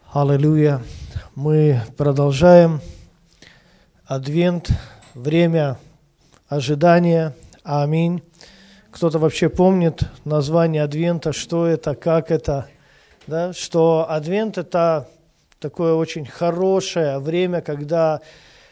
Аллилуйя. Мы продолжаем Адвент, время ожидания. Аминь. Кто-то вообще помнит название Адвента, что это, как это? Да? Что Адвент – это такое очень хорошее время, когда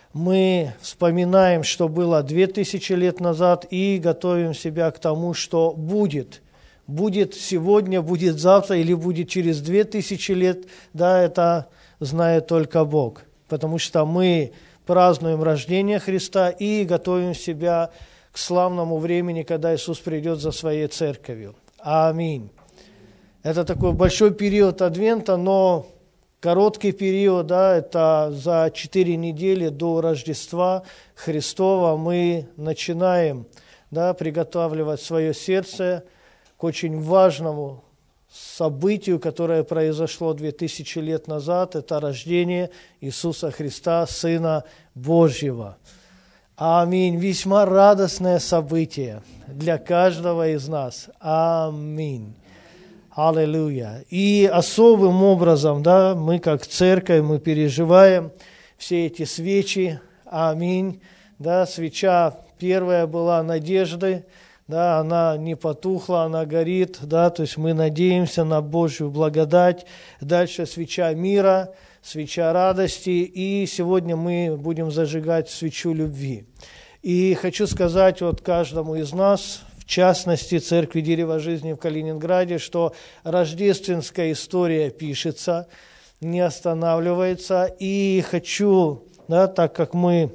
мы вспоминаем, что было 2000 лет назад, и готовим себя к тому, что будет. Будет сегодня, будет завтра или будет через 2000 лет, да, это знает только Бог. Потому что мы празднуем рождение Христа и готовим себя к славному времени, когда Иисус придет за своей церковью. Аминь. Это такой большой период Адвента, но короткий период, да, это за 4 недели до Рождества Христова мы начинаем, да, приготавливать свое сердце к очень важному событию, которое произошло 2000 лет назад. Это рождение Иисуса Христа, Сына Божьего. Аминь. Весьма радостное событие для каждого из нас. Аминь. Аллилуйя. И особым образом, да, мы как церковь, мы переживаем все эти свечи. Аминь. Да, свеча первая была надежды. Да, она не потухла, она горит, да, то есть мы надеемся на Божью благодать. Дальше свеча мира, свеча радости, и сегодня мы будем зажигать свечу любви. И хочу сказать вот каждому из нас, в частности, Церкви Дерево Жизни в Калининграде, что рождественская история пишется, не останавливается, и хочу, да, так как мы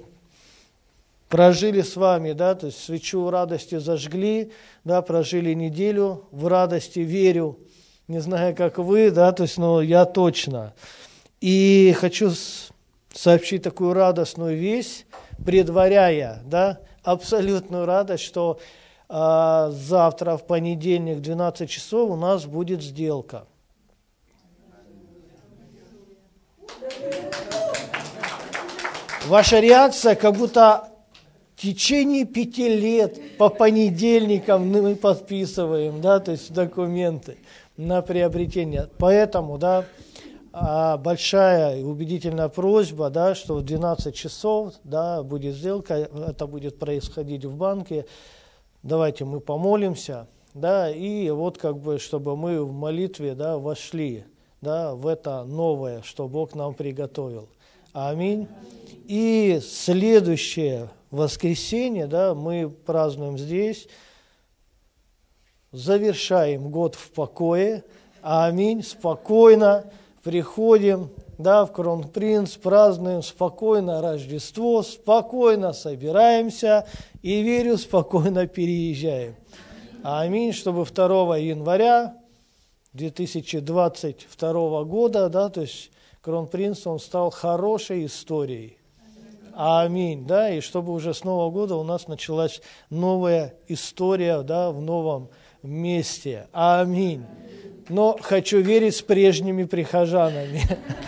прожили с вами, да, то есть свечу радости зажгли, да, прожили неделю в радости, верю, не знаю, как вы, да, то есть, но я точно. И хочу сообщить такую радостную весть, предваряя, да, абсолютную радость, что завтра, в понедельник, в 12 часов у нас будет сделка. Ваша реакция, как будто в течение 5 лет по понедельникам мы подписываем, да, то есть документы на приобретение. Поэтому, да, большая и убедительная просьба, да, что в 12 часов, да, будет сделка, это будет происходить в банке. Давайте мы помолимся, да, и вот как бы, чтобы мы в молитве, да, вошли, да, в это новое, что Бог нам приготовил. Аминь. И следующее воскресенье, да, мы празднуем здесь, завершаем год в покое. Аминь. Спокойно приходим, да, в Кронпринц, празднуем спокойно Рождество, спокойно собираемся и, верю, спокойно переезжаем. Аминь. Чтобы 2 января 2022 года, да, то есть Кронпринц, он стал хорошей историей. Аминь. Да, и чтобы уже с Нового года у нас началась новая история, да, в новом месте. Аминь. Но хочу верить с прежними прихожанами.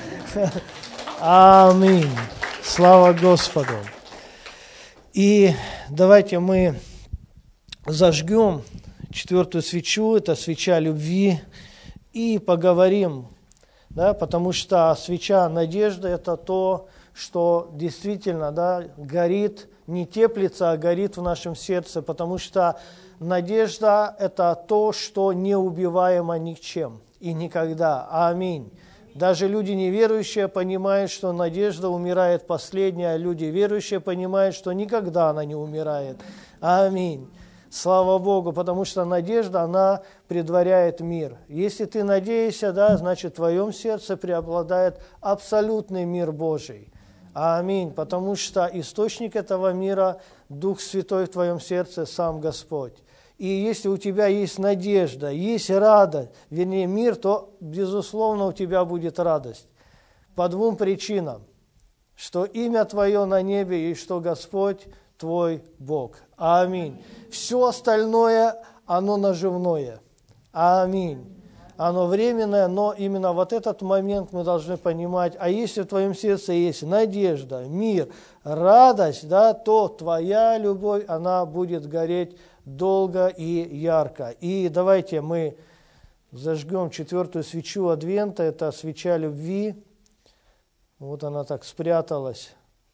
Аминь. Слава Господу. И давайте мы зажгем 4-ю свечу, это свеча любви, и поговорим, да, потому что свеча надежды – это то, что действительно, да, горит, не теплится, а горит в нашем сердце, потому что надежда – это то, что неубиваемо ничем и никогда. Аминь. Даже люди неверующие понимают, что надежда умирает последняя, а люди верующие понимают, что никогда она не умирает. Аминь. Слава Богу, потому что надежда, она предваряет мир. Если ты надеешься, да, значит, в твоем сердце преобладает абсолютный мир Божий. Аминь. Потому что источник этого мира, Дух Святой в твоем сердце, сам Господь. И если у тебя есть надежда, есть радость, вернее мир, то, безусловно, у тебя будет радость. По 2 причинам. Что имя твое на небе и что Господь твой Бог. Аминь. Все остальное, оно наживное. Аминь. Оно временное, но именно вот этот момент мы должны понимать. А если в твоем сердце есть надежда, мир, радость, да, то твоя любовь, она будет гореть долго и ярко. И давайте мы Зажгем 4-ю свечу Адвента, это свеча любви. Вот она так спряталась.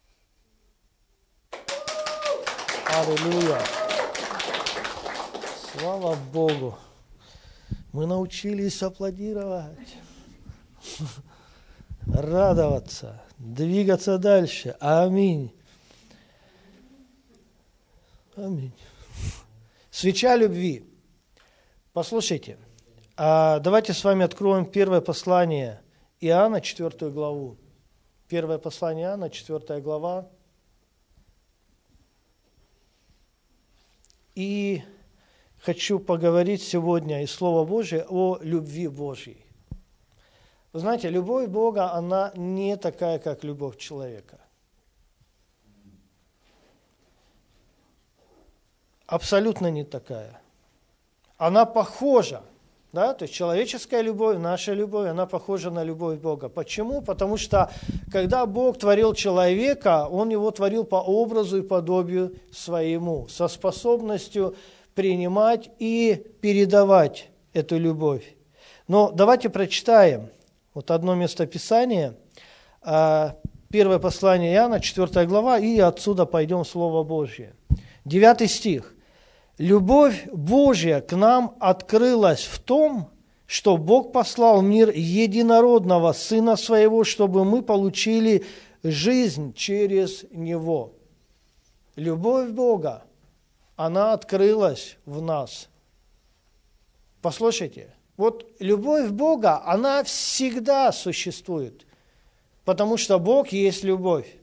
Аллилуйя! Слава Богу! Мы научились аплодировать, радоваться, двигаться дальше. Аминь. Аминь. Свеча любви. Послушайте, давайте с вами откроем первое послание Иоанна, 4 главу. Первое послание Иоанна, 4 глава. И хочу поговорить сегодня из Слова Божия о любви Божьей. Вы знаете, любовь Бога, она не такая, как любовь человека. Абсолютно не такая. Она похожа, да, то есть человеческая любовь, наша любовь, она похожа на любовь Бога. Почему? Потому что, когда Бог творил человека, Он его творил по образу и подобию своему, со способностью принимать и передавать эту любовь. Но давайте прочитаем вот одно местописание, первое послание Иоанна, 4 глава, и отсюда пойдем в Слово Божье. 9 стих. «Любовь Божья к нам открылась в том, что Бог послал в мир единородного Сына Своего, чтобы мы получили жизнь через Него». Любовь Бога, она открылась в нас. Послушайте, вот любовь Бога, она всегда существует, потому что Бог есть любовь.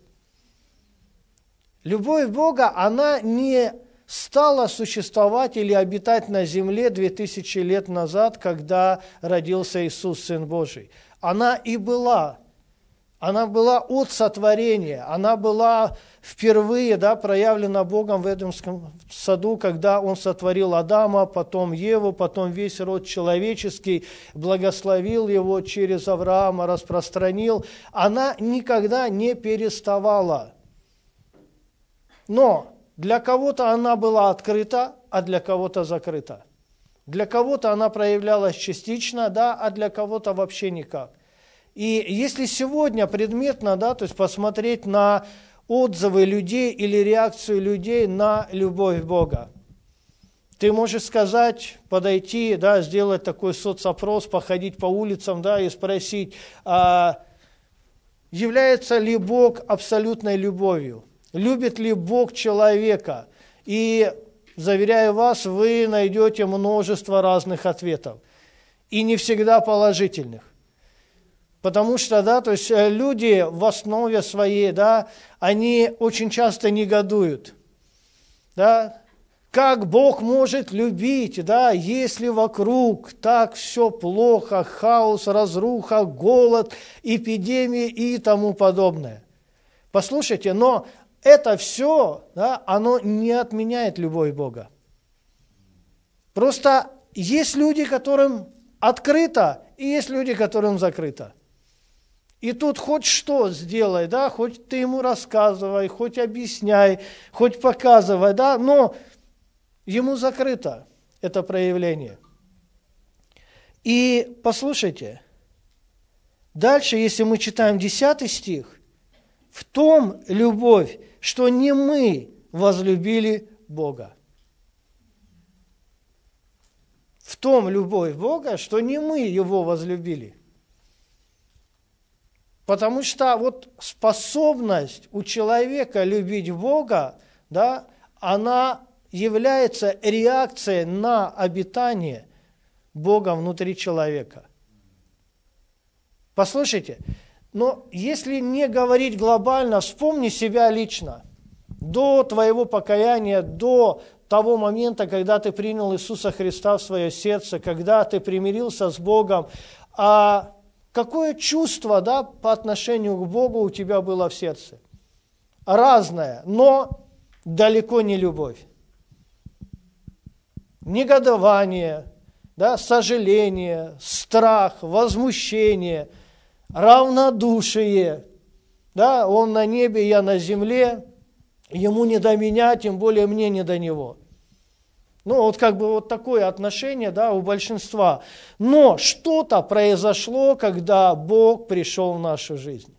Любовь Бога, она не стала существовать или обитать на земле 2000 лет назад, когда родился Иисус, Сын Божий. Она и была. Она была от сотворения. Она была впервые, да, проявлена Богом в Эдемском саду, когда Он сотворил Адама, потом Еву, потом весь род человеческий, благословил его через Авраама, распространил. Она никогда не переставала. Но для кого-то она была открыта, а для кого-то закрыта. Для кого-то она проявлялась частично, да, а для кого-то вообще никак. И если сегодня предметно, да, то есть посмотреть на отзывы людей или реакцию людей на любовь Бога, ты можешь сказать, подойти, да, сделать такой соцопрос, походить по улицам, да, и спросить, является ли Бог абсолютной любовью? Любит ли Бог человека? И, заверяю вас, вы найдете множество разных ответов. И не всегда положительных. Потому что, да, то есть люди в основе своей, да, они очень часто негодуют. Да? Как Бог может любить, да, если вокруг так все плохо, хаос, разруха, голод, эпидемии и тому подобное. Послушайте, но это все, да, оно не отменяет любовь Бога. Просто есть люди, которым открыто, и есть люди, которым закрыто. И тут хоть что сделай, да, хоть ты ему рассказывай, хоть объясняй, хоть показывай, да, но ему закрыто это проявление. И послушайте, дальше, если мы читаем 10 стих, в том любовь, что не мы возлюбили Бога. В том любовь Бога, что не мы Его возлюбили. Потому что вот способность у человека любить Бога, да, она является реакцией на обитание Бога внутри человека. Послушайте, но если не говорить глобально, вспомни себя лично. До твоего покаяния, до того момента, когда ты принял Иисуса Христа в свое сердце, когда ты примирился с Богом, какое чувство, да, по отношению к Богу у тебя было в сердце? Разное, но далеко не любовь. Негодование, да, сожаление, страх, возмущение, равнодушие. Да, он на небе, я на земле, ему не до меня, тем более мне не до него. Ну, вот как бы вот такое отношение, да, у большинства. Но что-то произошло, когда Бог пришел в нашу жизнь.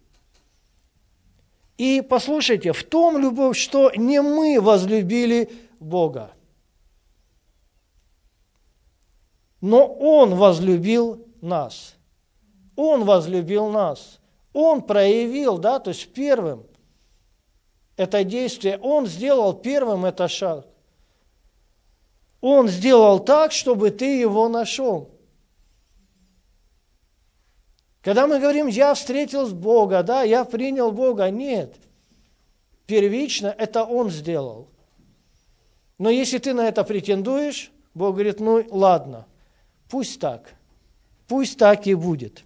И послушайте, в том любовь, что не мы возлюбили Бога, но Он возлюбил нас. Он возлюбил нас. Он проявил, да, то есть первым это действие, Он сделал первым это шаг. Он сделал так, чтобы ты его нашел. Когда мы говорим, я встретил Бога, да, я принял Бога, нет. Первично это Он сделал. Но если ты на это претендуешь, Бог говорит, ну ладно, пусть так и будет.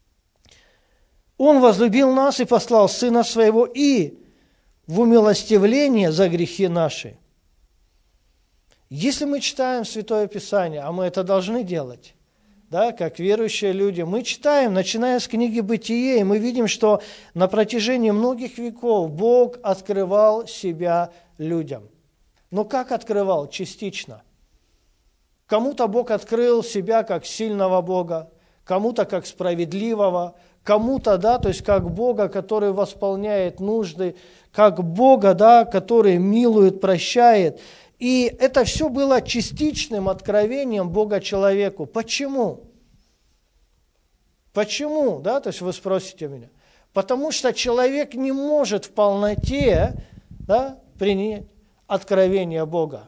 Он возлюбил нас и послал Сына Своего и в умилостивление за грехи наши. Если мы читаем Святое Писание, а мы это должны делать, да, как верующие люди, мы читаем, начиная с книги Бытие, и мы видим, что на протяжении многих веков Бог открывал себя людям. Но как открывал? Частично. Кому-то Бог открыл себя как сильного Бога, кому-то как справедливого, кому-то, да, то есть как Бога, который восполняет нужды, как Бога, да, который милует, прощает. И это все было частичным откровением Бога человеку. Почему? Почему? Да? То есть вы спросите меня. Потому что человек не может в полноте, да, принять откровение Бога.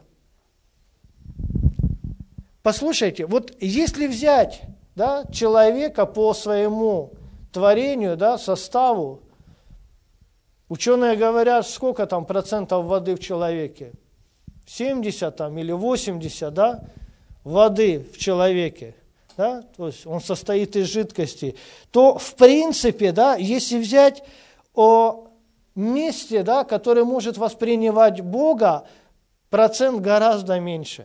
Послушайте, вот если взять, да, человека по своему творению, да, составу, ученые говорят, сколько там процентов воды в человеке? 70 там, или 80, да, воды в человеке, да, то есть он состоит из жидкости, то в принципе, да, если взять о месте, да, которое может воспринимать Бога, процент гораздо меньше.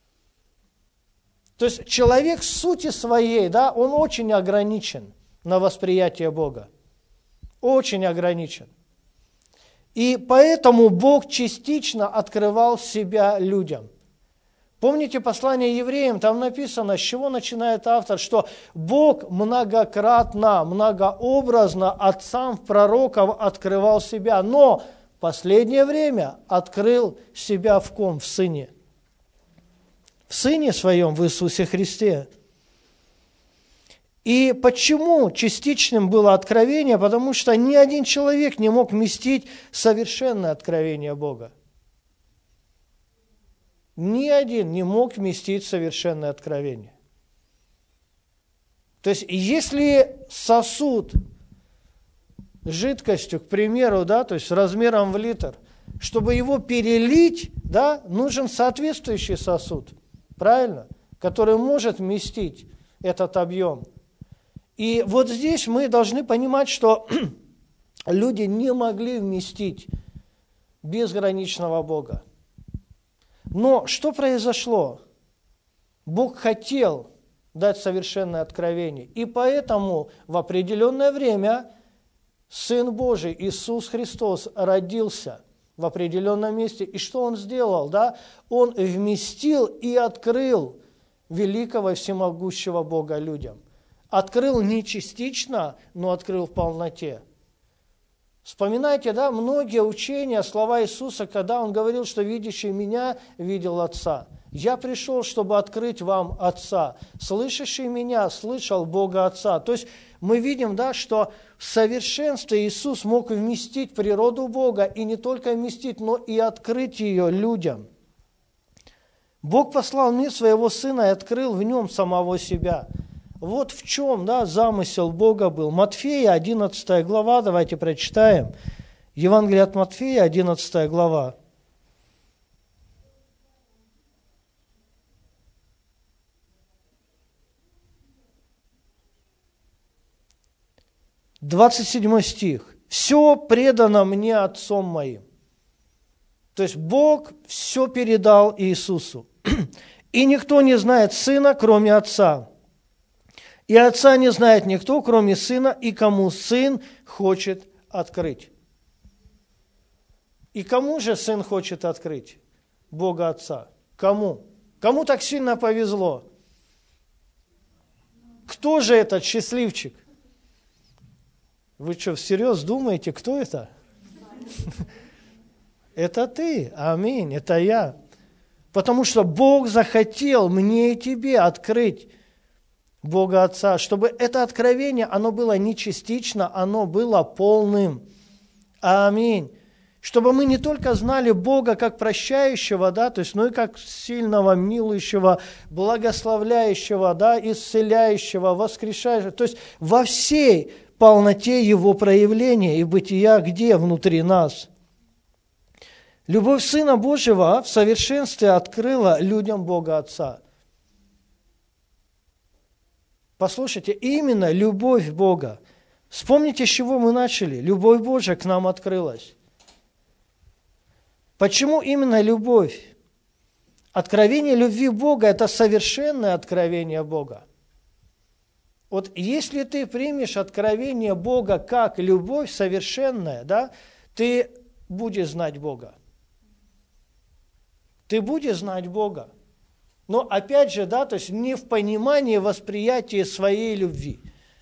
То есть человек в сути своей, да, он очень ограничен на восприятие Бога, очень ограничен. И поэтому Бог частично открывал себя людям. Помните послание евреям, там написано, с чего начинает автор, что Бог многократно, многообразно отцам пророков открывал себя, но в последнее время открыл себя в ком? В Сыне. В Сыне Своем, в Иисусе Христе. И почему частичным было откровение? Потому что ни один человек не мог вместить совершенное откровение Бога. Ни один не мог вместить совершенное откровение. То есть, если сосуд с жидкостью, к примеру, да, то есть размером в литр, чтобы его перелить, да, нужен соответствующий сосуд, правильно? Который может вместить этот объем. И вот здесь мы должны понимать, что люди не могли вместить безграничного Бога. Но что произошло? Бог хотел дать совершенное откровение, и поэтому в определенное время Сын Божий, Иисус Христос, родился в определенном месте. И что Он сделал? Да? Он вместил и открыл великого всемогущего Бога людям. Открыл не частично, но открыл в полноте. Вспоминайте, да, многие учения, слова Иисуса, когда Он говорил, что видящий Меня видел Отца. Я пришел, чтобы открыть вам Отца. Слышащий Меня слышал Бога Отца. То есть мы видим, да, что в совершенстве Иисус мог вместить природу Бога, и не только вместить, но и открыть ее людям. Бог послал в мир Своего Сына и открыл в Нем самого Себя. Вот в чем, да, замысел Бога был. Матфея, 11 глава, давайте прочитаем. Евангелие от Матфея, 11 глава. Двадцать 27 стих. «Все предано мне Отцом Моим». То есть Бог все передал Иисусу. «И никто не знает Сына, кроме Отца. И Отца не знает никто, кроме Сына, и кому Сын хочет открыть». И кому же Сын хочет открыть? Бога Отца. Кому? Кому так сильно повезло? Кто же этот счастливчик? Вы что, всерьез думаете, кто это? Это ты, аминь, это я. Потому что Бог захотел мне и тебе открыть Бога Отца, чтобы это откровение, оно было не частично, оно было полным. Аминь. Чтобы мы не только знали Бога как прощающего, да, то есть, но и как сильного, милующего, благословляющего, да, исцеляющего, воскрешающего. То есть во всей полноте Его проявления и бытия, где внутри нас. Любовь Сына Божьего в совершенстве открыла людям Бога Отца. Послушайте, именно любовь Бога. Вспомните, с чего мы начали. Любовь Божья к нам открылась. Почему именно любовь? Откровение любви Бога – это совершенное откровение Бога. Вот если ты примешь откровение Бога как любовь совершенная, да, ты будешь знать Бога. Ты будешь знать Бога. Но опять же, да, то есть не в понимании, восприятии своей любви.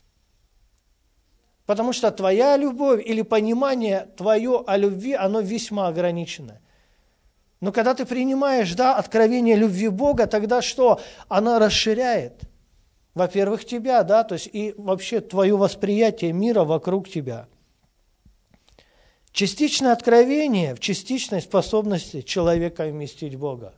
Потому что твоя любовь или понимание твое о любви, оно весьма ограничено. Но когда ты принимаешь, да, откровение любви Бога, тогда что? Она расширяет, во-первых, тебя, да, то есть и вообще твое восприятие мира вокруг тебя. Частичное откровение в частичной способности человека вместить Бога.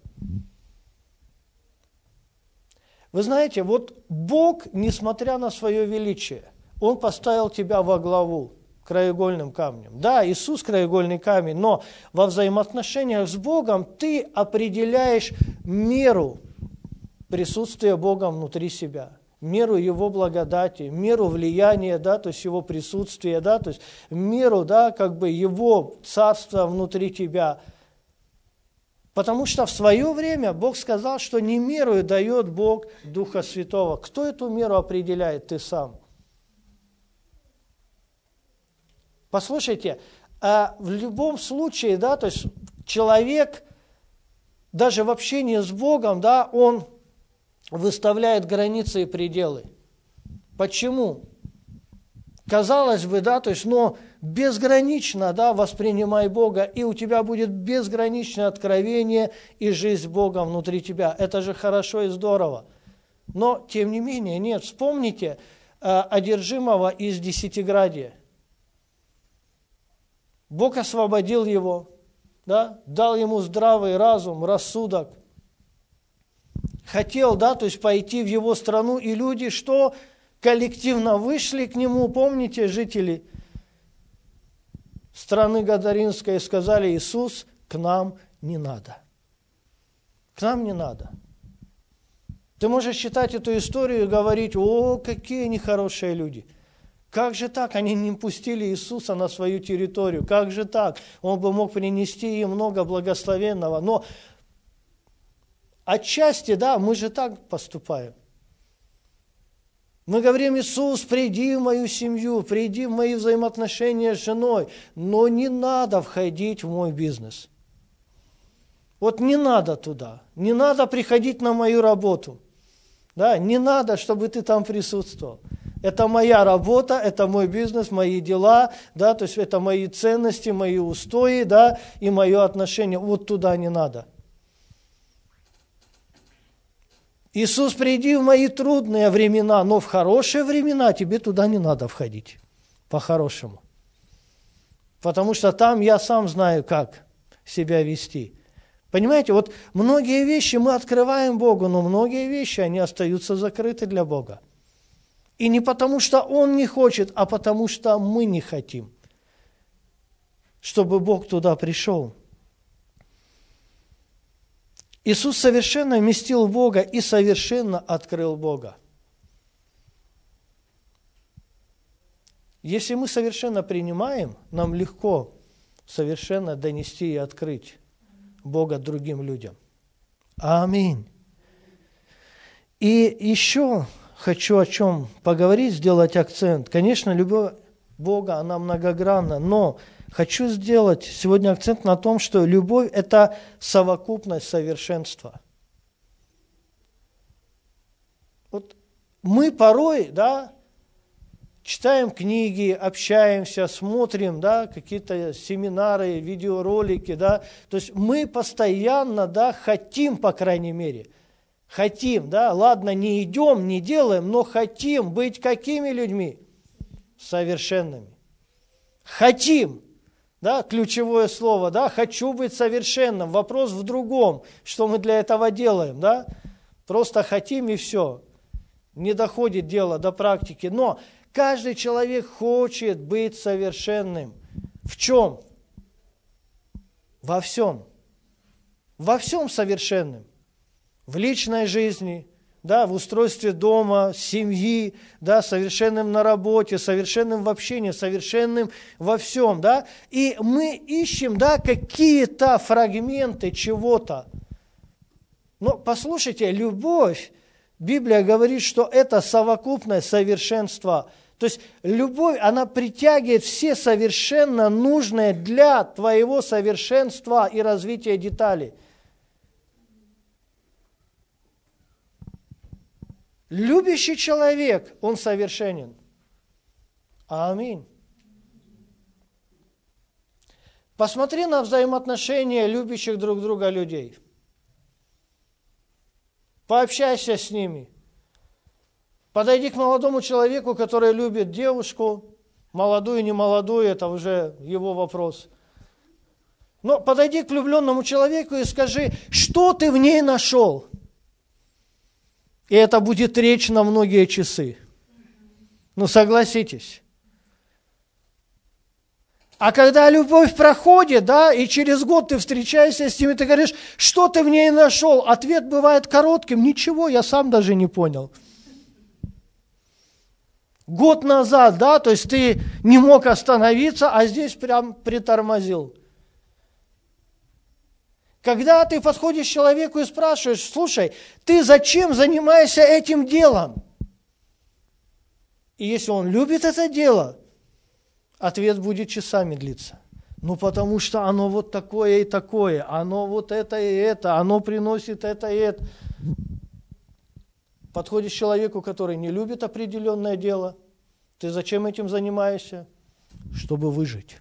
Вы знаете, вот Бог, несмотря на свое величие, Он поставил тебя во главу краеугольным камнем. Да, Иисус краеугольный камень, но во взаимоотношениях с Богом ты определяешь меру присутствия Бога внутри себя, меру Его благодати, меру влияния, да, то есть Его присутствия, да, то есть меру, да, как бы Его царства внутри тебя. Потому что в свое время Бог сказал, что не меру дает Бог Духа Святого. Кто эту меру определяет? Ты сам. Послушайте, в любом случае, да, то есть человек даже в общении с Богом, да, он выставляет границы и пределы. Почему? Казалось бы, да, то есть, но безгранично, да, воспринимай Бога, и у тебя будет безграничное откровение и жизнь Бога внутри тебя. Это же хорошо и здорово. Но, тем не менее, нет. Вспомните одержимого из Десятиградия. Бог освободил его, да, дал ему здравый разум, рассудок. Хотел, да, то есть пойти в его страну, и люди, что коллективно вышли к нему, помните, жители страны Гадаринской, и сказали: Иисус, к нам не надо. К нам не надо. Ты можешь читать эту историю и говорить: о, какие нехорошие люди. Как же так? Они не пустили Иисуса на свою территорию. Как же так? Он бы мог принести им много благословенного. Но отчасти, да, мы же так поступаем. Мы говорим: Иисус, приди в мою семью, приди в мои взаимоотношения с женой, но не надо входить в мой бизнес. Вот не надо туда, не надо приходить на мою работу, да, не надо, чтобы ты там присутствовал. Это моя работа, это мой бизнес, мои дела, да, то есть это мои ценности, мои устои, да, и мое отношение. Вот туда не надо. Иисус, приди в мои трудные времена, но в хорошие времена тебе туда не надо входить, по-хорошему. Потому что там я сам знаю, как себя вести. Понимаете, вот многие вещи мы открываем Богу, но многие вещи, они остаются закрыты для Бога. И не потому, что Он не хочет, а потому, что мы не хотим, чтобы Бог туда пришел. Иисус совершенно вместил Бога и совершенно открыл Бога. Если мы совершенно принимаем, нам легко совершенно донести и открыть Бога другим людям. Аминь. И еще хочу о чем поговорить, сделать акцент. Конечно, любовь Бога, она многогранна, но хочу сделать сегодня акцент на том, что любовь – это совокупность совершенства. мы порой, да, читаем книги, общаемся, смотрим, да, какие-то семинары, видеоролики, да, то есть мы постоянно, да, хотим, по крайней мере, хотим, да, ладно, не идем, не делаем, но хотим быть какими людьми? Совершенными. Хотим, да, ключевое слово, да, хочу быть совершенным. Вопрос в другом, что мы для этого делаем, да, просто хотим и все. Не доходит дело до практики, но каждый человек хочет быть совершенным. В чем? Во всем. Во всем совершенным. В личной жизни, да, в устройстве дома, семьи, да, совершенным на работе, совершенным в общении, совершенным во всем, да. И мы ищем, да, какие-то фрагменты чего-то. Но послушайте, любовь, Библия говорит, что это совокупность совершенства. То есть любовь, она притягивает все совершенно нужные для твоего совершенства и развития деталей. Любящий человек, он совершенен. Аминь. Посмотри на взаимоотношения любящих друг друга людей. Пообщайся с ними. Подойди к молодому человеку, который любит девушку, молодую, не молодую, это уже его вопрос. Но подойди к влюбленному человеку и скажи, что ты в ней нашел? И это будет речь на многие часы. Ну, согласитесь. А когда любовь проходит, да, и через год ты встречаешься с ним, и ты говоришь, что ты в ней нашел? Ответ бывает коротким, ничего, я сам даже не понял. Год назад, да, то есть ты не мог остановиться, а здесь прям притормозил. Когда ты подходишь к человеку и спрашиваешь, слушай, ты зачем занимаешься этим делом? И если он любит это дело, ответ будет часами длиться. Ну, потому что оно вот такое и такое, оно вот это и это, оно приносит это и это. Подходишь к человеку, который не любит определенное дело, ты зачем этим занимаешься? Чтобы выжить.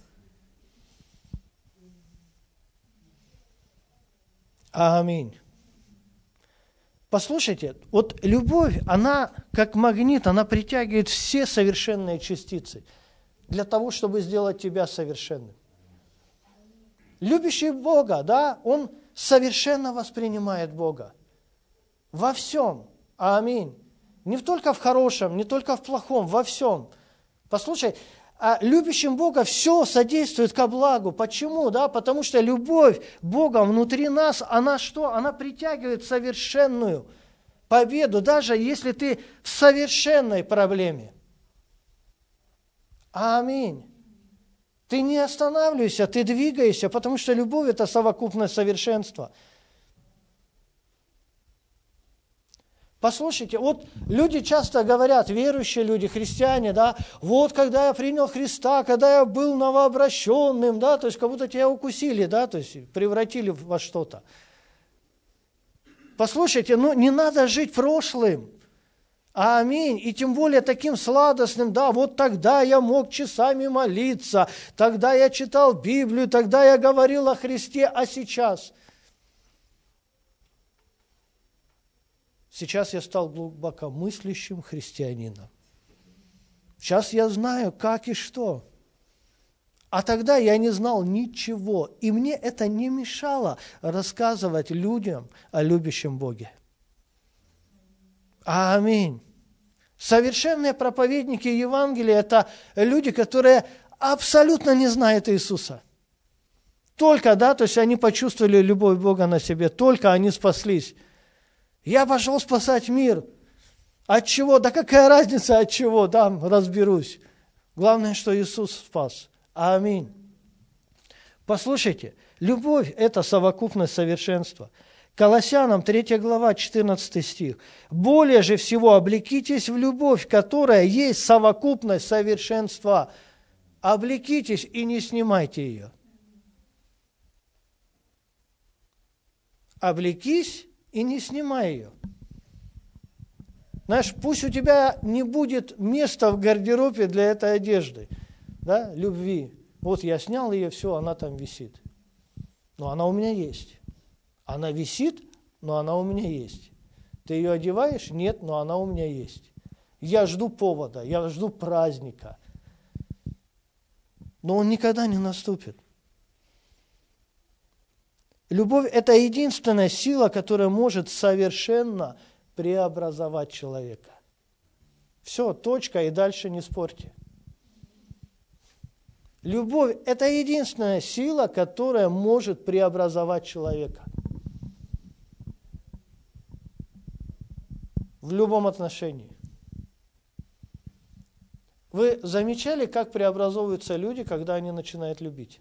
Аминь. Послушайте, вот любовь, она как магнит, она притягивает все совершенные частицы для того, чтобы сделать тебя совершенным. Любящий Бога, да, он совершенно воспринимает Бога. Во всем. Аминь. Не только в хорошем, не только в плохом, во всем. Послушай, а любящим Бога все содействует ко благу. Почему? Да? Потому что любовь Бога внутри нас, она что? Она притягивает совершенную победу, даже если ты в совершенной проблеме. Аминь. Ты не останавливайся, ты двигаешься, потому что любовь – это совокупность совершенства. Послушайте, вот люди часто говорят, верующие люди, христиане, да, вот когда я принял Христа, когда я был новообращенным, да, то есть как будто тебя укусили, да, то есть превратили во что-то. Послушайте, ну не надо жить прошлым. Аминь. И тем более таким сладостным, да, вот тогда я мог часами молиться, тогда я читал Библию, тогда я говорил о Христе, а сейчас? Сейчас я стал глубокомыслящим христианином. Сейчас я знаю, как и что. А тогда я не знал ничего, и мне это не мешало рассказывать людям о любящем Боге. Аминь. Совершенные проповедники Евангелия – это люди, которые абсолютно не знают Иисуса. Только, да, то есть они почувствовали любовь Бога на себе, только они спаслись. Я пошел спасать мир. От чего? Да какая разница от чего? Там разберусь. Главное, что Иисус спас. Аминь. Послушайте, любовь – это совокупность совершенства. Колоссянам 3 глава, 14 стих. «Более же всего облекитесь в любовь, которая есть совокупность совершенства». Облекитесь и не снимайте ее. Облекись и не снимай ее. Знаешь, пусть у тебя не будет места в гардеробе для этой одежды, да, любви. Вот я снял ее, все, она там висит. Но она у меня есть. Она висит, но она у меня есть. Ты ее одеваешь? Нет, но она у меня есть. Я жду повода, я жду праздника. Но он никогда не наступит. Любовь – это единственная сила, которая может совершенно преобразовать человека. Все, точка, и дальше не спорьте. Любовь – это единственная сила, которая может преобразовать человека. В любом отношении. Вы замечали, как преобразовываются люди, когда они начинают любить?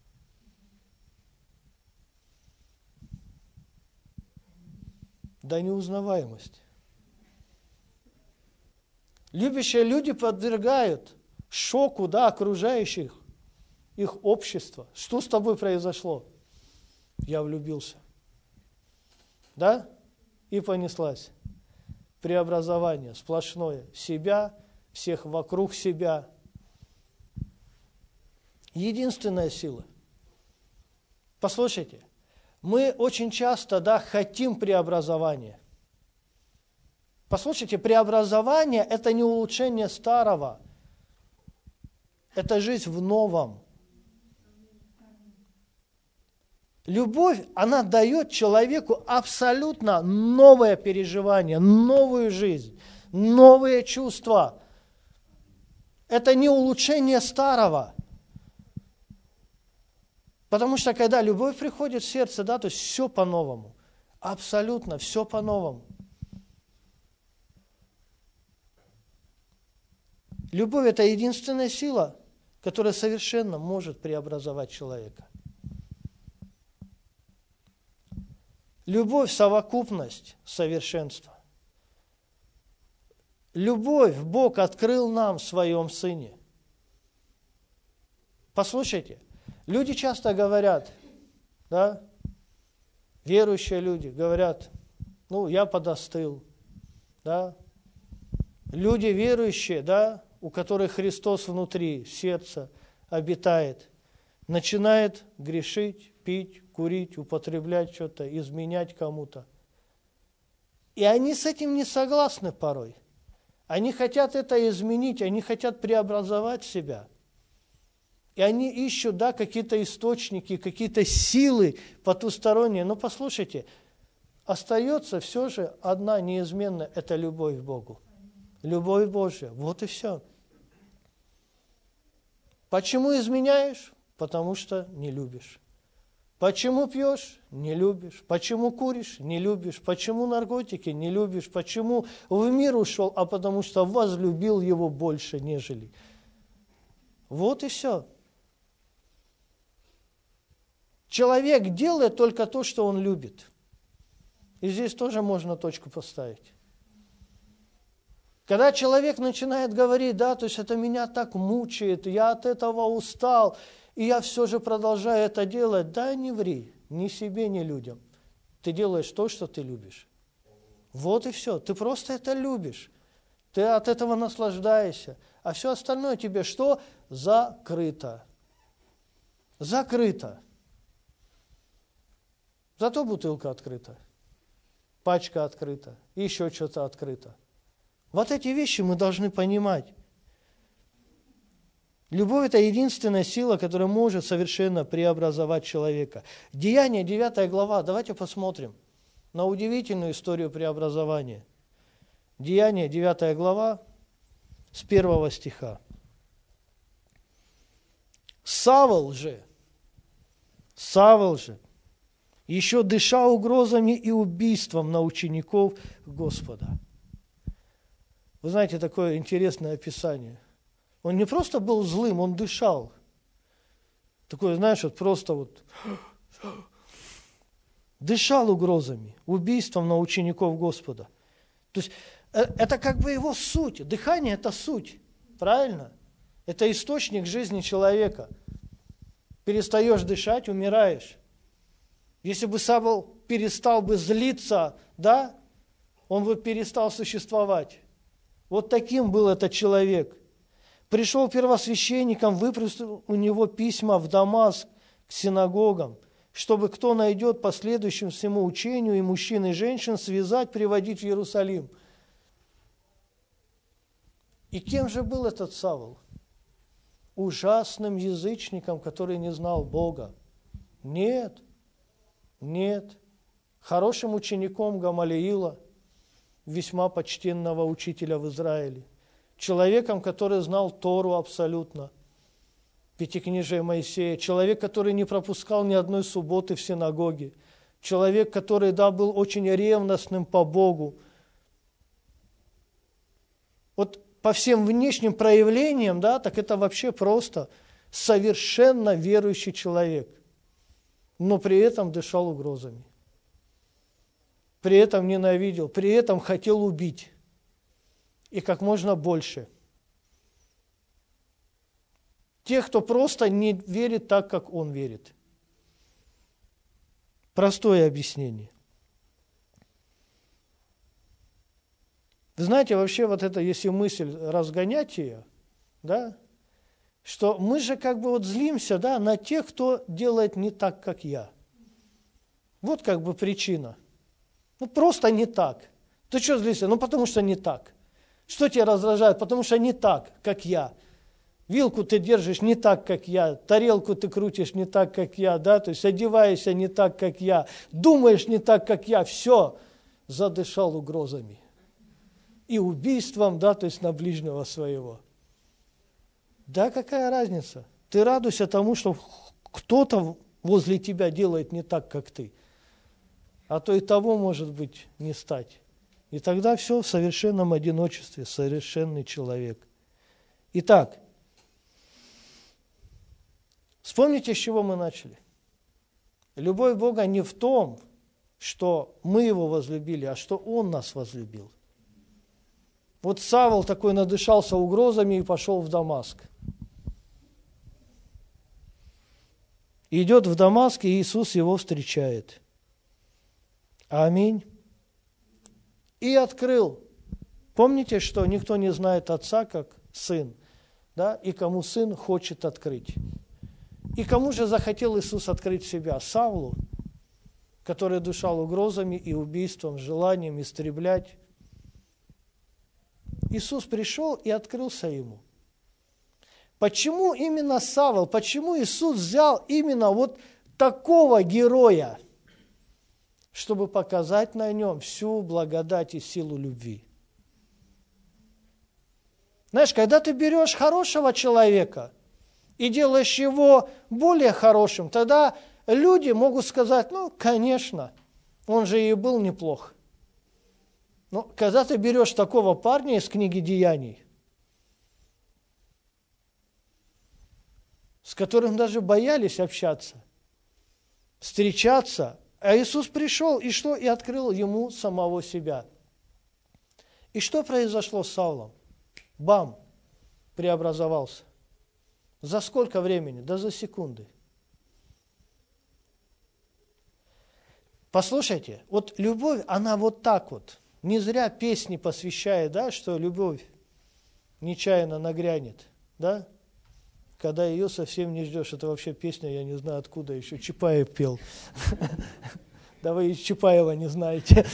До неузнаваемости. Любящие люди подвергают шоку, да, окружающих, их общества. Что с тобой произошло? Я влюбился. Да? И понеслась. Преобразование сплошное. Себя, всех вокруг себя. Единственная сила. Послушайте, мы очень часто, да, хотим преобразования. Послушайте, преобразование – это не улучшение старого. Это жизнь в новом. Любовь, она дает человеку абсолютно новое переживание, новую жизнь, новые чувства. Это не улучшение старого. Потому что когда любовь приходит в сердце, да, то есть все по-новому. Абсолютно все по-новому. Любовь – это единственная сила, которая совершенно может преобразовать человека. Любовь – совокупность совершенства. Любовь Бог открыл нам в Своем Сыне. Послушайте, люди часто говорят, да, верующие люди говорят, ну, я подостыл, да. Люди верующие, да, у которых Христос внутри, сердце обитает, начинает грешить, пить, курить, употреблять что-то, изменять кому-то. И они с этим не согласны порой. Они хотят это изменить, они хотят преобразовать себя. И они ищут, да, какие-то источники, какие-то силы потусторонние. Но послушайте, остается все же одна неизменная – это любовь к Богу. Любовь Божья. Вот и все. Почему изменяешь? Потому что не любишь. Почему пьешь? Не любишь. Почему куришь? Не любишь. Почему наркотики? Не любишь. Почему в мир ушел? А потому что возлюбил его больше, нежели. Вот и все. Человек делает только то, что он любит. И здесь тоже можно точку поставить. Когда человек начинает говорить, да, то есть это меня так мучает, я от этого устал, и я все же продолжаю это делать, да, не ври, ни себе, ни людям. Ты делаешь то, что ты любишь. Вот и все, ты просто это любишь. Ты от этого наслаждаешься. А все остальное тебе что? Закрыто. Закрыто. Зато бутылка открыта, пачка открыта, еще что-то открыто. Вот эти вещи мы должны понимать. Любовь – это единственная сила, которая может совершенно преобразовать человека. Деяния, 9 глава. Давайте посмотрим на удивительную историю преобразования. Деяния, 9 глава, с 1 стиха. Савл же, еще дыша угрозами и убийством на учеников Господа. Вы знаете, такое интересное описание. Он не просто был злым, он дышал. Такое, знаешь, вот просто вот дышал угрозами, убийством на учеников Господа. То есть это как бы его суть. Дыхание – это суть, правильно? Это источник жизни человека. Перестаешь дышать – умираешь. Если бы Савл перестал бы злиться, да, он бы перестал существовать. Вот таким был этот человек. Пришел первосвященником, выпустил у него письма в Дамаск к синагогам, чтобы кто найдет последующим всему учению и мужчин, и женщин связать, приводить в Иерусалим. И кем же был этот Савл? Ужасным язычником, который не знал Бога. Нет. Хорошим учеником Гамалиила, весьма почтенного учителя в Израиле. Человеком, который знал Тору абсолютно, Пятикнижие Моисея. Человек, который не пропускал ни одной субботы в синагоге. Человек, который, был очень ревностным по Богу. Вот по всем внешним проявлениям, так это вообще просто совершенно верующий человек, но при этом дышал угрозами, при этом ненавидел, при этом хотел убить, и как можно больше. Тех, кто просто не верит так, как он верит. Простое объяснение. Вы знаете, вообще вот это, если мысль разгонять ее, что мы же злимся, на тех, кто делает не так, как я. Вот причина. Просто не так. Ты что злишься? Потому что не так. Что тебя раздражает? Потому что не так, как я. Вилку ты держишь не так, как я. Тарелку ты крутишь не так, как я. То есть одеваешься не так, как я. Думаешь не так, как я. Все, задышал угрозами. И убийством, то есть на ближнего своего. Какая разница? Ты радуйся тому, что кто-то возле тебя делает не так, как ты. А то и того, может быть, не стать. И тогда все в совершенном одиночестве, совершенный человек. Итак, вспомните, с чего мы начали. Любовь Бога не в том, что мы Его возлюбили, а что Он нас возлюбил. Вот Савл такой надышался угрозами и пошел в Дамаск. Идет в Дамаск, и Иисус его встречает. Аминь. И открыл. Помните, что никто не знает Отца, как Сын, и кому Сын хочет открыть. И кому же захотел Иисус открыть себя? Савлу, который дышал угрозами и убийством, желанием истреблять. Иисус пришел и открылся ему. Почему именно Савл? Почему Иисус взял именно вот такого героя, чтобы показать на нем всю благодать и силу любви? Знаешь, когда ты берешь хорошего человека и делаешь его более хорошим, тогда люди могут сказать, конечно, он же и был неплох. Но когда ты берешь такого парня из книги Деяний, с которым даже боялись общаться, встречаться, а Иисус пришел и что? И открыл ему самого себя. И что произошло с Савлом? Бам! Преобразовался. За сколько времени? Да за секунды. Послушайте, вот любовь, она вот так вот. Не зря песни посвящает, что любовь нечаянно нагрянет, когда ее совсем не ждешь. Это вообще песня, я не знаю откуда, еще Чапаев пел. Да вы и Чапаева не знаете.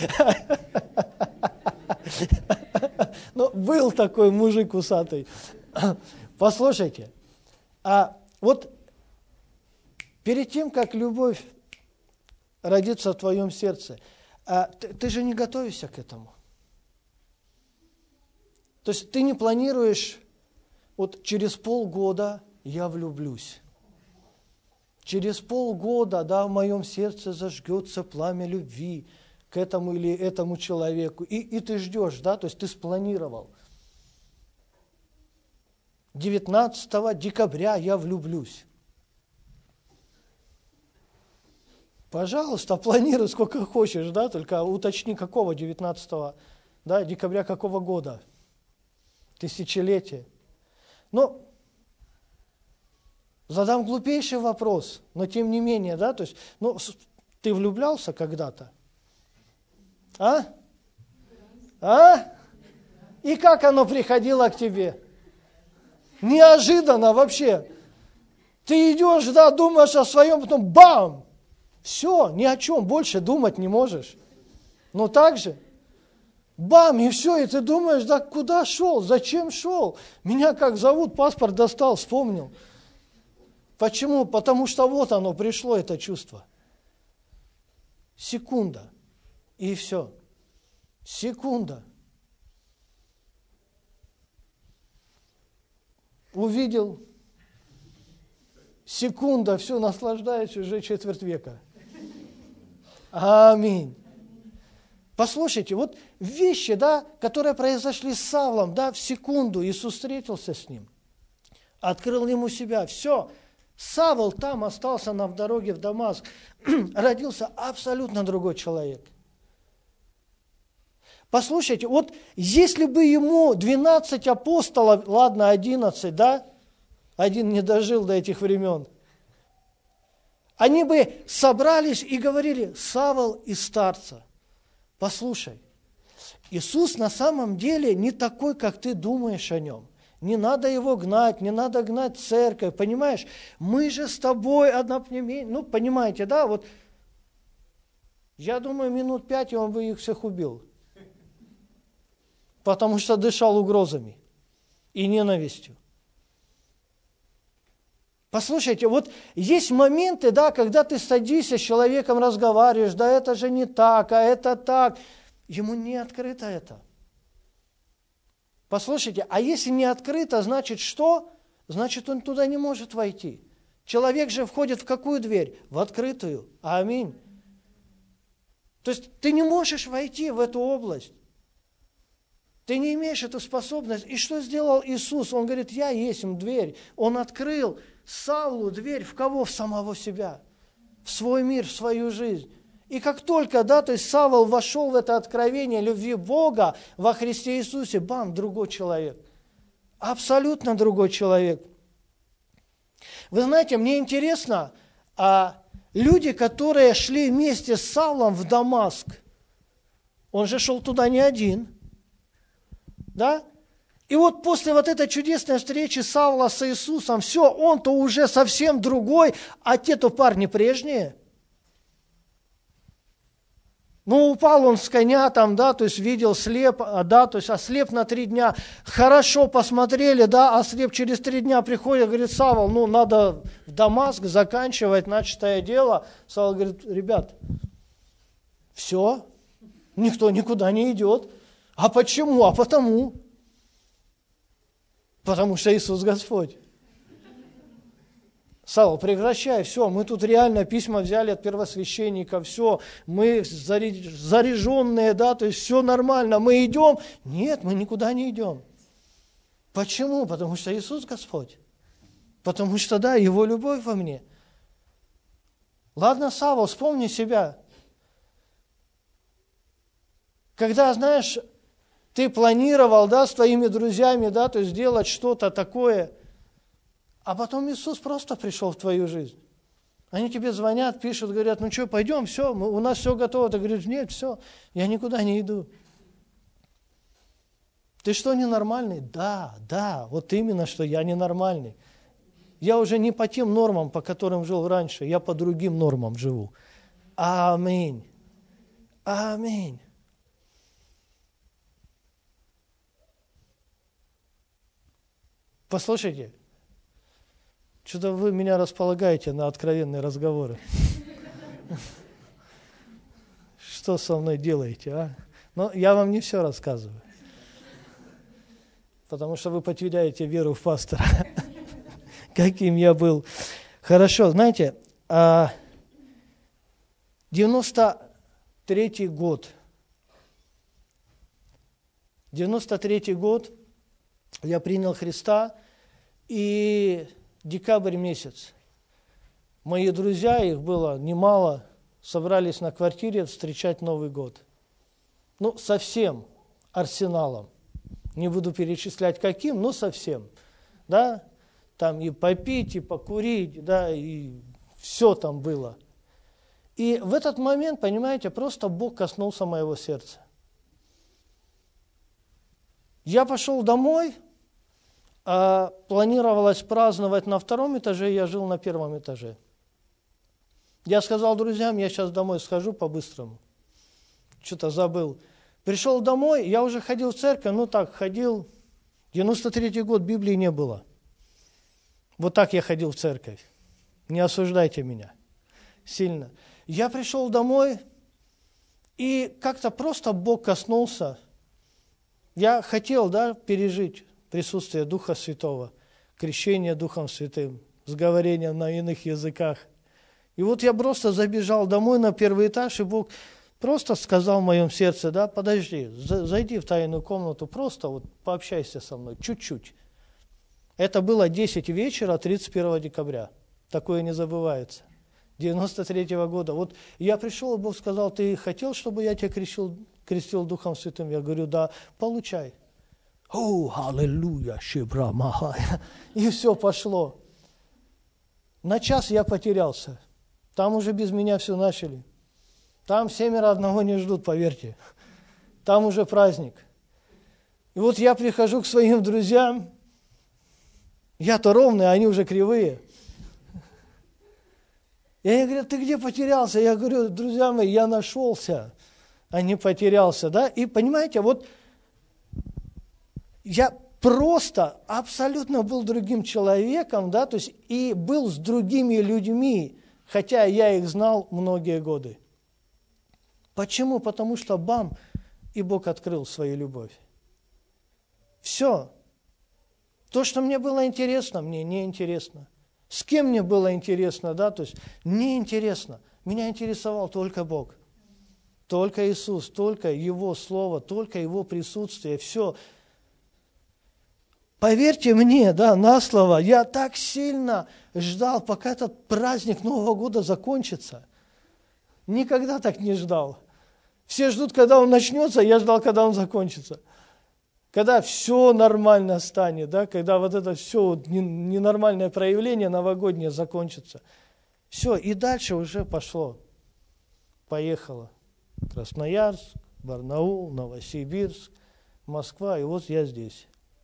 Ну, был такой мужик усатый. Послушайте, а вот перед тем, как любовь родится в твоем сердце, ты же не готовишься к этому. То есть ты не планируешь, вот через полгода я влюблюсь. Через полгода, в моем сердце зажгется пламя любви к этому или этому человеку. И ты ждешь, то есть ты спланировал. 19 декабря я влюблюсь. Пожалуйста, планируй сколько хочешь, только уточни, какого 19 декабря какого года, тысячелетия. Но задам глупейший вопрос, но тем не менее, то есть, ты влюблялся когда-то? А? И как оно приходило к тебе? Неожиданно вообще. Ты идешь, да, думаешь о своем, потом бам! Все, ни о чем больше думать не можешь. Ну так же. Бам, и все, и ты думаешь, да куда шел, зачем шел? Меня как зовут, паспорт достал, вспомнил. Почему? Потому что вот оно пришло, это чувство. Секунда, и все. Секунда. Увидел, секунда, все, наслаждаюсь уже четверть века. Аминь. Послушайте, вот вещи, да, которые произошли с Савлом, да, в секунду Иисус встретился с ним, открыл ему себя, все. Савл там остался в дороге в Дамаск, родился абсолютно другой человек. Послушайте, вот если бы ему 12 апостолов, ладно, 11, да, один не дожил до этих времен, они бы собрались и говорили: Савл из старца, послушай, Иисус на самом деле не такой, как ты думаешь о нем. Не надо его гнать, не надо гнать церковь, понимаешь? Мы же с тобой одноплеменные. Ну, понимаете, да? Вот я думаю, минут 5, и он бы их всех убил. Потому что дышал угрозами и ненавистью. Послушайте, вот есть моменты, да, когда ты садишься с человеком, разговариваешь, да это же не так, а это так. Ему не открыто это. Послушайте, а если не открыто, значит что? Значит, он туда не может войти. Человек же входит в какую дверь? В открытую. Аминь. То есть ты не можешь войти в эту область. Ты не имеешь эту способность. И что сделал Иисус? Он говорит: я есть дверь. Он открыл Савлу дверь в кого? В самого себя. В свой мир, в свою жизнь. И как только, да, то есть Савл вошел в это откровение любви Бога во Христе Иисусе, бам, другой человек. Абсолютно другой человек. Вы знаете, мне интересно, люди, которые шли вместе с Савлом в Дамаск, он же шел туда не один, да? И вот после вот этой чудесной встречи Савла с Иисусом, все, он-то уже совсем другой, а те-то парни прежние. Ну, упал он с коня там, да, то есть видел слеп, да, то есть ослеп на 3 дня. Хорошо посмотрели, да, ослеп через 3 дня приходит, говорит: Савл, ну, надо в Дамаск заканчивать начатое дело. Савл говорит: ребят, все, никто никуда не идет. А почему? А потому. Потому что Иисус Господь. Савл, прекращай, все, мы тут реально письма взяли от первосвященника, все, мы заряженные, да, то есть все нормально, мы идем. Нет, мы никуда не идем. Почему? Потому что Иисус Господь. Потому что, да, Его любовь во мне. Ладно, Савл, вспомни себя. Когда, знаешь, ты планировал, да, с твоими друзьями, да, то есть сделать что-то такое, а потом Иисус просто пришел в твою жизнь. Они тебе звонят, пишут, говорят: ну что, пойдем, все, у нас все готово. Ты говоришь: нет, все, я никуда не иду. Ты что, ненормальный? Да, вот именно, что я ненормальный. Я уже не по тем нормам, по которым жил раньше, я по другим нормам живу. Аминь. Аминь. Послушайте, что-то вы меня располагаете на откровенные разговоры. Что со мной делаете, а? Но я вам не все рассказываю. Потому что вы потеряете веру в пастора. Каким я был. Хорошо, знаете, 93-й год. 93-й год я принял Христа, и декабрь месяц. Мои друзья, их было немало, собрались на квартире встречать Новый год. Ну, совсем арсеналом. Не буду перечислять каким, но совсем. Да? Там и попить, и покурить, да, и все там было. И в этот момент, понимаете, просто Бог коснулся моего сердца. Я пошел домой, планировалось праздновать на 2-м этаже, я жил на 1-м этаже. Я сказал друзьям, я сейчас домой схожу по-быстрому. Что-то забыл. Пришел домой, я уже ходил в церковь, ходил. 93-й год, Библии не было. Вот так я ходил в церковь. Не осуждайте меня сильно. Я пришел домой, и как-то просто Бог коснулся. Я хотел, пережить присутствие Духа Святого, крещение Духом Святым, с говорением на иных языках. И вот я просто забежал домой на 1-й этаж, и Бог просто сказал в моем сердце, подожди, зайди в тайную комнату, просто пообщайся со мной, чуть-чуть. Это было 10 вечера 31 декабря. Такое не забывается. 93-го года. Вот я пришел, и Бог сказал, ты хотел, чтобы я тебя крестил Духом Святым? Я говорю, да, получай. О, аллилуйя, шибра махая. И все пошло. На час я потерялся. Там уже без меня все начали. Там 7 одного не ждут, поверьте. Там уже праздник. И вот я прихожу к своим друзьям. Я-то ровный, а они уже кривые. И они говорят, ты где потерялся? Я говорю, друзья мои, я нашелся, а не потерялся. И понимаете, я просто абсолютно был другим человеком, то есть и был с другими людьми, хотя я их знал многие годы. Почему? Потому что бам, и Бог открыл свою любовь. Все. То, что мне было интересно, мне не интересно. С кем мне было интересно, то есть не интересно. Меня интересовал только Бог. Только Иисус, только Его Слово, только Его присутствие, все. Поверьте мне, на слово, я так сильно ждал, пока этот праздник Нового года закончится. Никогда так не ждал. Все ждут, когда он начнется, я ждал, когда он закончится. Когда все нормально станет, когда это все ненормальное проявление новогоднее закончится. Все, и дальше уже пошло. Поехало. Красноярск, Барнаул, Новосибирск, Москва, и вот я здесь.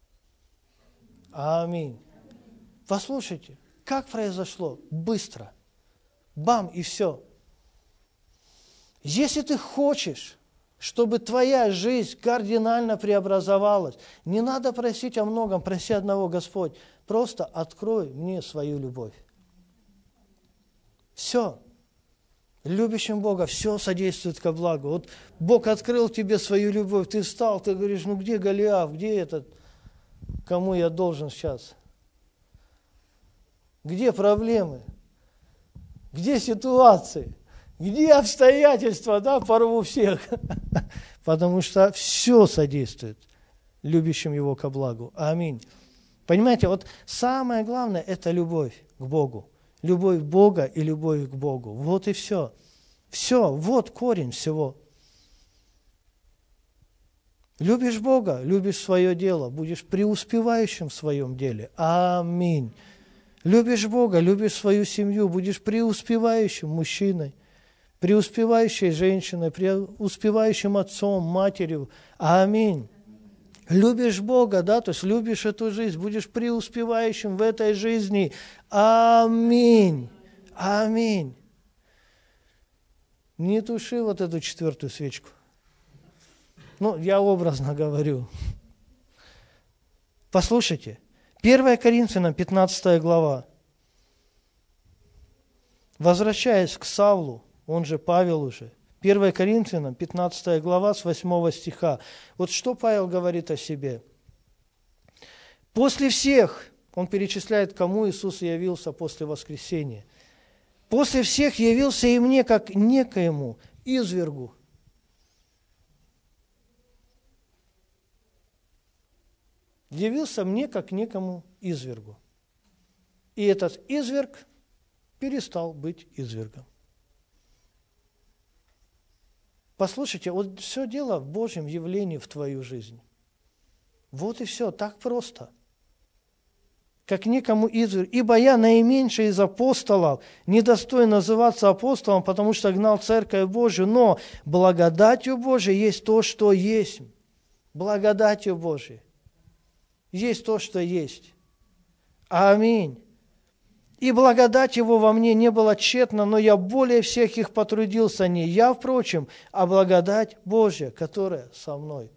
Аминь. Послушайте, как произошло? Быстро. Бам, и все. Если ты хочешь, чтобы твоя жизнь кардинально преобразовалась, не надо просить о многом, проси одного, Господь, просто открой мне свою любовь. Все. Любящим Бога все содействует ко благу. Бог открыл тебе свою любовь, ты встал, ты говоришь, где Голиаф, где этот, кому я должен сейчас? Где проблемы? Где ситуации? Где обстоятельства, порву всех? Потому что все содействует любящим Его ко благу. Аминь. Понимаете, самое главное – это любовь к Богу. Любовь Бога и любовь к Богу. Вот и все. Все, вот корень всего. Любишь Бога, любишь свое дело, будешь преуспевающим в своем деле. Аминь. Любишь Бога, любишь свою семью, будешь преуспевающим мужчиной, преуспевающей женщиной, преуспевающим отцом, матерью. Аминь. Любишь Бога, то есть любишь эту жизнь, будешь преуспевающим в этой жизни. Аминь. Аминь. Не туши эту 4-ю свечку. Я образно говорю. Послушайте, 1 Коринфянам, 15 глава. Возвращаясь к Савлу, он же Павел уже, 1 Коринфянам, 15 глава, с 8 стиха. Что Павел говорит о себе? «После всех», он перечисляет, кому Иисус явился после воскресения, «после всех явился и мне, как некоему извергу». Явился мне, как некому извергу. И этот изверг перестал быть извергом. Послушайте, все дело в Божьем явлении в твою жизнь. Вот и все, так просто. Как некому изверг. «Ибо я наименьший из апостолов, недостоин называться апостолом, потому что гнал Церковь Божию, но благодатью Божией есть то, что есть». Благодатью Божией. есть то, что есть. Аминь. И благодать Его во мне не была тщетна, но я более всех их потрудился, не я, впрочем, а благодать Божья, которая со мной.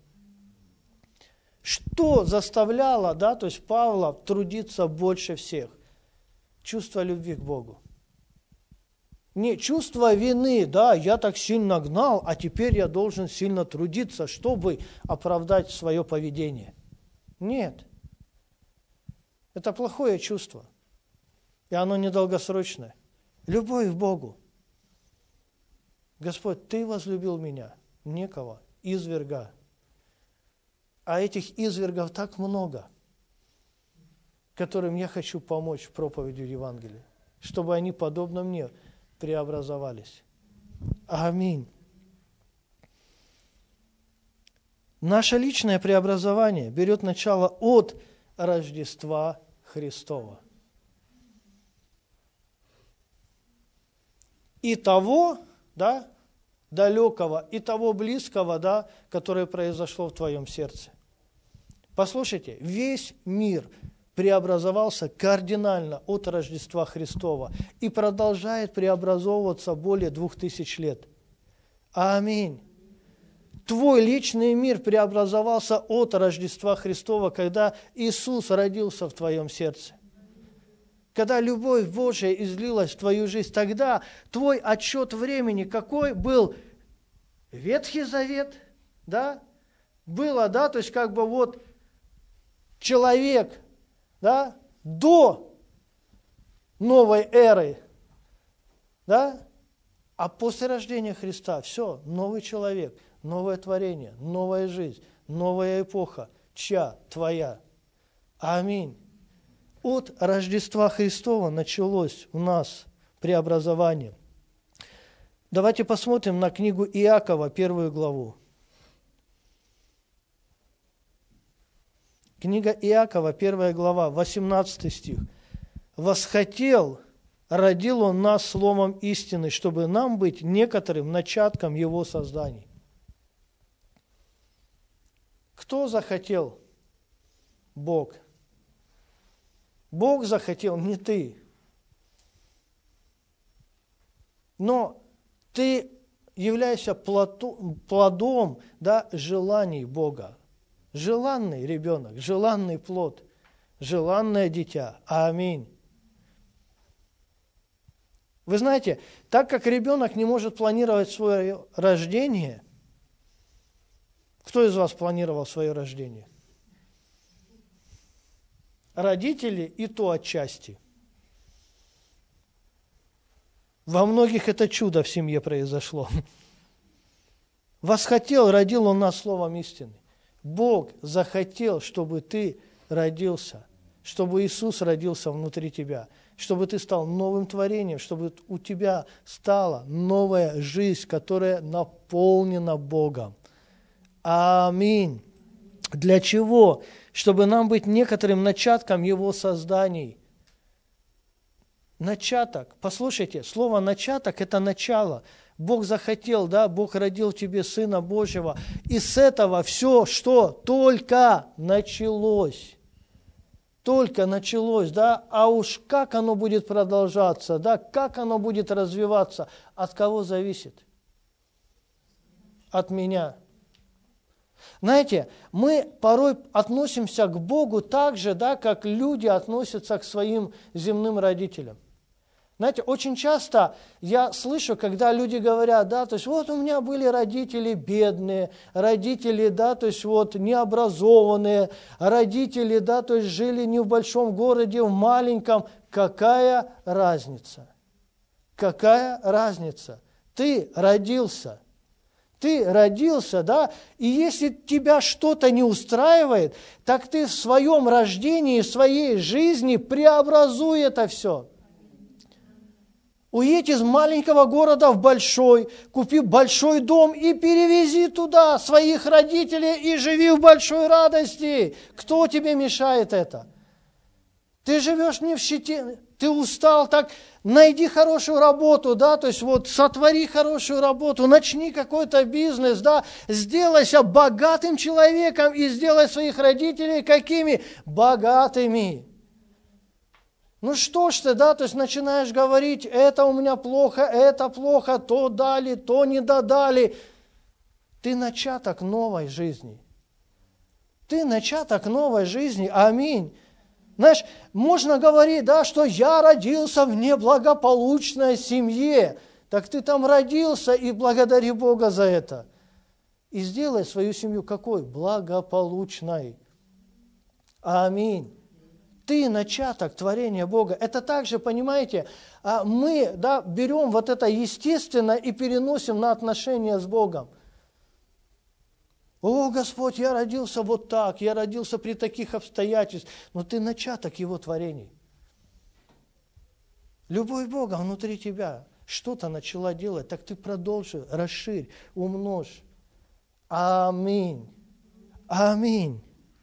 Что заставляло, то есть Павла трудиться больше всех? Чувство любви к Богу. Не чувство вины, я так сильно гнал, а теперь я должен сильно трудиться, чтобы оправдать свое поведение. Нет. Это плохое чувство. И оно недолгосрочное. Любовь к Богу. Господь, Ты возлюбил меня, некого, изверга. А этих извергов так много, которым я хочу помочь проповедью Евангелия, чтобы они, подобно мне, преобразовались. Аминь. Наше личное преобразование берет начало от Рождества Христова. И того, далекого, и того близкого, которое произошло в твоем сердце. Послушайте, весь мир преобразовался кардинально от Рождества Христова и продолжает преобразовываться более 2000 лет. Аминь. Твой личный мир преобразовался от Рождества Христова, когда Иисус родился в твоем сердце. Когда любовь Божия излилась в твою жизнь, тогда твой отсчет времени какой был? Ветхий Завет, было, то есть человек, до новой эры, а после рождения Христа все, новый человек, новое творение, новая жизнь, новая эпоха, чья? Твоя. Аминь. От Рождества Христова началось у нас преобразование. Давайте посмотрим на книгу Иакова, 1 главу. Книга Иакова, 1 глава, 18 стих. «Восхотел, родил Он нас словом истины, чтобы нам быть некоторым начатком Его созданий». Кто захотел? Бог. Бог захотел, не ты. Но ты являешься плодом желаний Бога. Желанный ребенок, желанный плод, желанное дитя. Аминь. Вы знаете, так как ребенок не может планировать свое рождение, кто из вас планировал свое рождение? Родители и то отчасти. Во многих это чудо в семье произошло. Восхотел, родил Он нас словом истины. Бог захотел, чтобы ты родился, чтобы Иисус родился внутри тебя, чтобы ты стал новым творением, чтобы у тебя стала новая жизнь, которая наполнена Богом. Аминь. Для чего? Чтобы нам быть некоторым начатком Его созданий. Начаток. Послушайте, слово «начаток» – это начало. Бог захотел, Бог родил в тебе Сына Божьего. И с этого все, что только началось. Только началось, а уж как оно будет продолжаться, как оно будет развиваться, от кого зависит? От меня. Знаете, мы порой относимся к Богу так же, как люди относятся к своим земным родителям. Знаете, очень часто я слышу, когда люди говорят, то есть вот у меня были родители бедные, родители, то есть вот необразованные, родители, то есть жили не в большом городе, в маленьком. Какая разница? Какая разница? Ты родился. Ты родился, и если тебя что-то не устраивает, так ты в своем рождении, в своей жизни преобразуй это все. Уедь из маленького города в большой, купи большой дом и перевези туда своих родителей и живи в большой радости. Кто тебе мешает это? Ты живешь не в ты устал, так найди хорошую работу, да, то есть вот сотвори хорошую работу, начни какой-то бизнес, да, сделайся богатым человеком и сделай своих родителей какими? Богатыми. Ну что ж ты, да, то есть начинаешь говорить, это у меня плохо, это плохо, то дали, то не додали. Ты начаток новой жизни. Ты начаток новой жизни. Аминь. Знаешь, можно говорить, да, что я родился в неблагополучной семье. Так ты там родился, и благодари Бога за это. И сделай свою семью какой? Благополучной. Аминь. Ты начаток творения Бога. Это также, понимаете, мы, да, берем вот это естественно и переносим на отношения с Богом. О, Господь, я родился вот так, я родился при таких обстоятельствах. Но ты начаток Его творений. Любовь Бога внутри тебя что-то начала делать, так ты продолжи, расширь, умножь. Аминь. Аминь.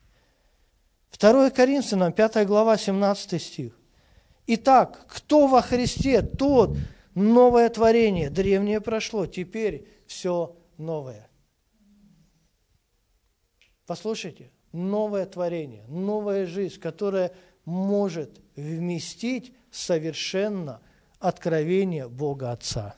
2 Коринфянам, 5 глава, 17 стих. Итак, кто во Христе, тот новое творение. Древнее прошло, теперь все новое. Послушайте, новое творение, новая жизнь, которая может вместить совершенно откровение Бога Отца.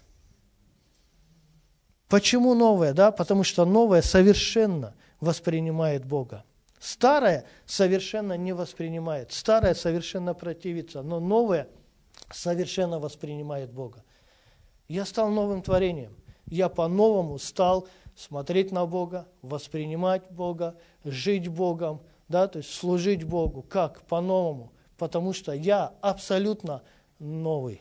Почему новое? Да? Потому что новое совершенно воспринимает Бога. Старое совершенно не воспринимает, старое совершенно противится, но новое совершенно воспринимает Бога. Я стал новым творением, я по-новому стал смотреть на Бога, воспринимать Бога, жить Богом, да, то есть служить Богу. Как? По-новому. Потому что я абсолютно новый.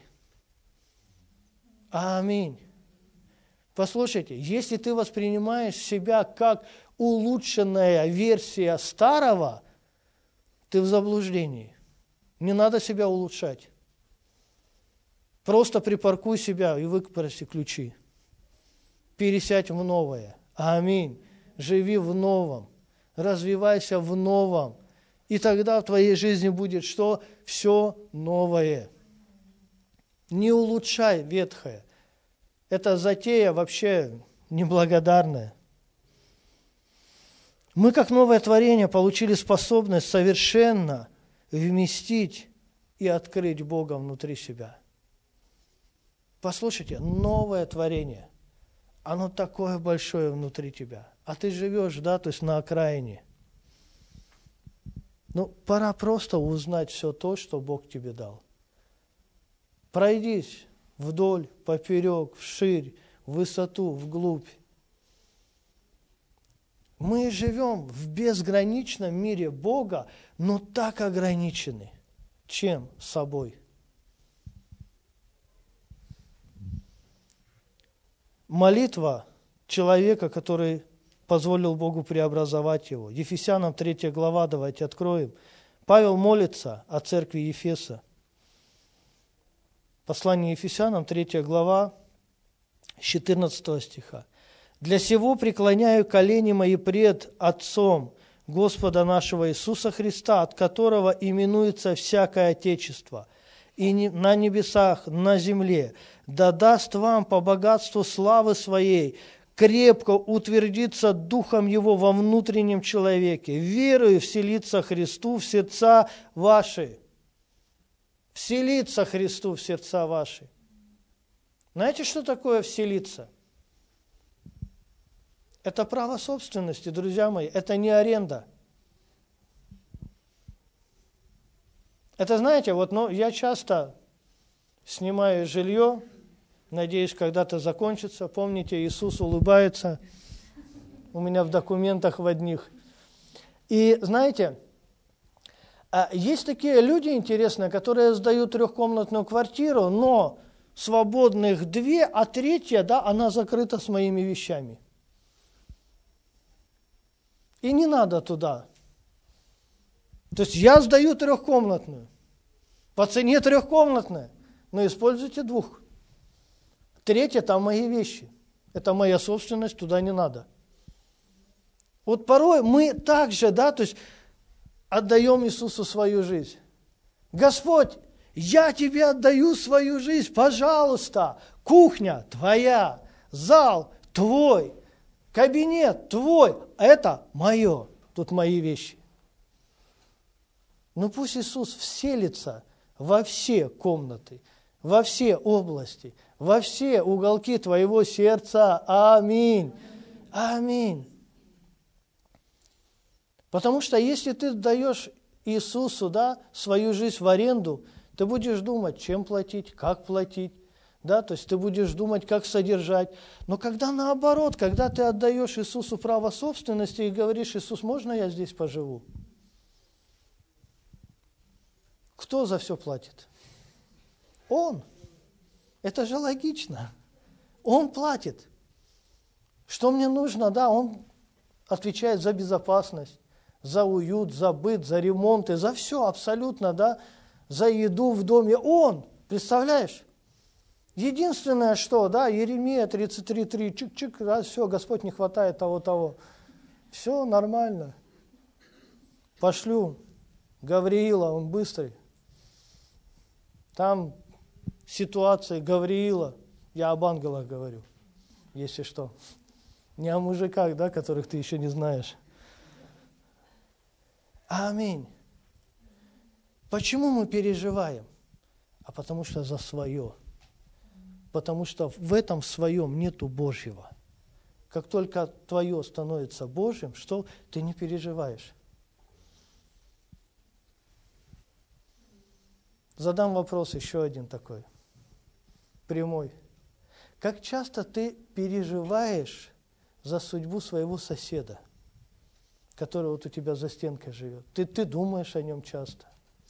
Аминь. Послушайте, если ты воспринимаешь себя как улучшенная версия старого, ты в заблуждении. Не надо себя улучшать. Просто припаркуй себя и выпроси ключи. Пересядь в новое. Аминь. Живи в новом. Развивайся в новом. И тогда в твоей жизни будет что? Все новое. Не улучшай ветхое. Это затея вообще неблагодарная. Мы, как новое творение, получили способность совершенно вместить и открыть Бога внутри себя. Послушайте, новое творение, оно такое большое внутри тебя, а ты живешь, да, то есть на окраине. Ну, пора просто узнать все то, что Бог тебе дал. Пройдись вдоль, поперек, вширь, в высоту, вглубь. Мы живем в безграничном мире Бога, но так ограничены. Чем? Собой. Молитва человека, который позволил Богу преобразовать его. Ефесянам 3 глава, давайте откроем. Павел молится о церкви Ефеса. Послание Ефесянам, 3 глава, с 14 стиха. «Для сего преклоняю колени мои пред Отцом Господа нашего Иисуса Христа, от которого именуется всякое Отечество, и на небесах, на земле, да даст вам по богатству славы Своей крепко утвердиться Духом Его во внутреннем человеке, верою вселиться Христу в сердца ваши». Вселиться Христу в сердца ваши. Знаете, что такое вселиться? Это право собственности, друзья мои, это не аренда. Это, знаете, вот, я часто снимаю жилье, надеюсь, когда-то закончится. Помните, Иисус улыбается у меня в документах в одних. И, знаете, есть такие люди интересные, которые сдают 3-комнатную квартиру, но свободных 2, а 3, да, она закрыта с моими вещами. И не надо туда. То есть я сдаю 3-комнатную. По цене 3-комнатная, но используйте 2. 3 там мои вещи. Это моя собственность, туда не надо. Вот порой мы также, да, то есть отдаем Иисусу свою жизнь. Господь, Я тебе отдаю свою жизнь, пожалуйста. Кухня твоя, зал твой, кабинет твой. Это мое. Тут мои вещи. Ну пусть Иисус вселится во все комнаты, во все области, во все уголки твоего сердца. Аминь. Аминь. Потому что если ты даешь Иисусу, да, свою жизнь в аренду, ты будешь думать, чем платить, как платить, да, то есть ты будешь думать, как содержать. Но когда наоборот, когда ты отдаешь Иисусу право собственности и говоришь: Иисус, можно я здесь поживу? Кто за все платит? Он. Это же логично. Он платит. Что мне нужно, да, он отвечает за безопасность, за уют, за быт, за ремонт и за все абсолютно, да, за еду в доме. Он, представляешь? Единственное, что, да, Иеремия 33:3, чик-чик, раз, все, Господь, не хватает того-того. Все нормально. Пошлю Гавриила, он быстрый. Там ситуация Гавриила, я об ангелах говорю, если что. Не о мужиках, да, которых ты еще не знаешь. Аминь. Почему мы переживаем? А потому что за свое. Потому что в этом своем нету Божьего. Как только твое становится Божьим, что ты не переживаешь? Задам вопрос еще один такой, прямой. Как часто ты переживаешь за судьбу своего соседа, который вот у тебя за стенкой живет? Ты думаешь о нем часто.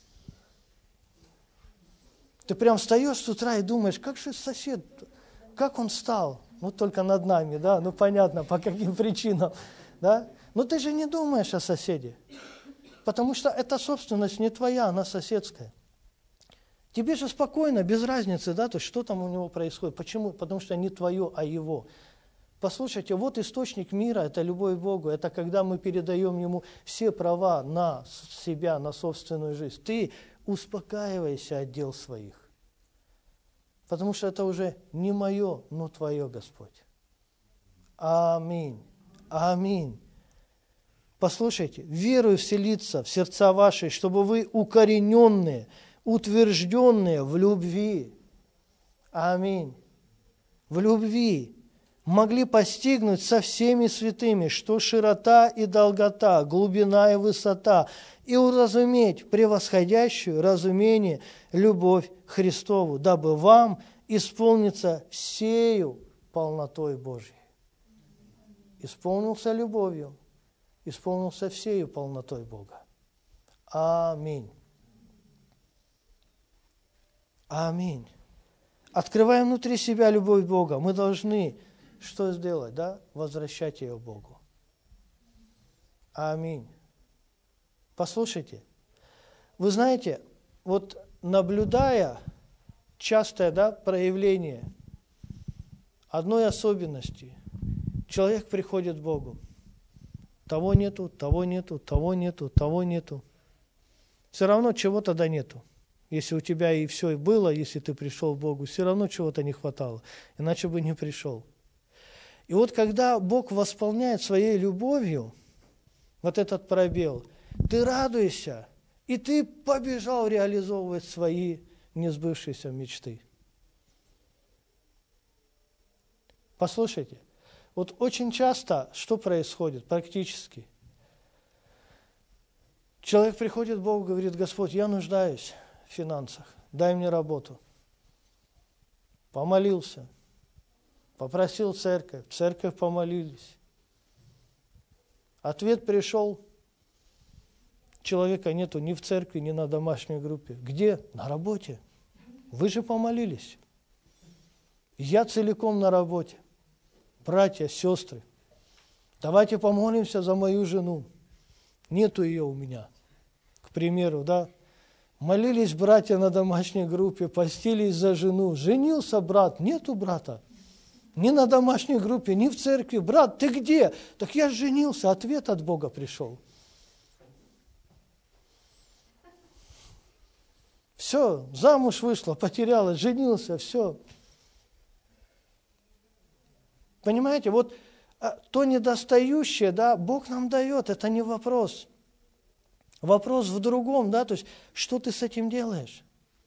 Ты прям встаешь с утра и думаешь, как же сосед, как он стал? Ну, только над нами, да, ну, понятно, по каким причинам, да? Но ты же не думаешь о соседе, потому что эта собственность не твоя, она соседская. Тебе же спокойно, без разницы, да, то есть что там у него происходит. Почему? Потому что не твое, а его. Послушайте, вот источник мира – это любовь к Богу. Это когда мы передаем Ему все права на себя, на собственную жизнь. Ты успокаивайся от дел своих. Потому что это уже не мое, но твое, Господь. Аминь. Аминь. Послушайте, верую вселиться в сердца ваши, чтобы вы укорененные, утвержденные в любви. Аминь. В любви могли постигнуть со всеми святыми, что широта и долгота, глубина и высота, и уразуметь превосходящую разумение любовь Христову, дабы вам исполниться всею полнотой Божьей. Исполнился любовью, исполнился всею полнотой Бога. Аминь. Аминь. Открывая внутри себя любовь Бога, мы должны что сделать, да? Возвращать ее Богу. Аминь. Послушайте, вы знаете, вот наблюдая частое, да, проявление одной особенности, человек приходит к Богу. Того нету, того нету, того нету, того нету. Все равно чего-то да нету. Если у тебя и все было, если ты пришел к Богу, все равно чего-то не хватало, иначе бы не пришел. И вот когда Бог восполняет своей любовью вот этот пробел, ты радуешься, и ты побежал реализовывать свои несбывшиеся мечты. Послушайте, вот очень часто что происходит практически? Человек приходит к Богу, говорит: Господь, я нуждаюсь в финансах, дай мне работу. Помолился, попросил церковь, в церковь помолились. Ответ пришел: человека нету ни в церкви, ни на домашней группе. Где? На работе. Вы же помолились. Я целиком на работе. Братья, сестры, давайте помолимся за мою жену. Нету ее у меня. К примеру, да? Молились братья на домашней группе, постились за жену. Женился брат, нету брата. Ни на домашней группе, ни в церкви. Брат, ты где? Так я женился, ответ от Бога пришел. Все, замуж вышла, потерялась, женился, все. Понимаете, вот то недостающее, да, Бог нам дает, это не вопрос. Вопрос в другом, да, то есть, что ты с этим делаешь?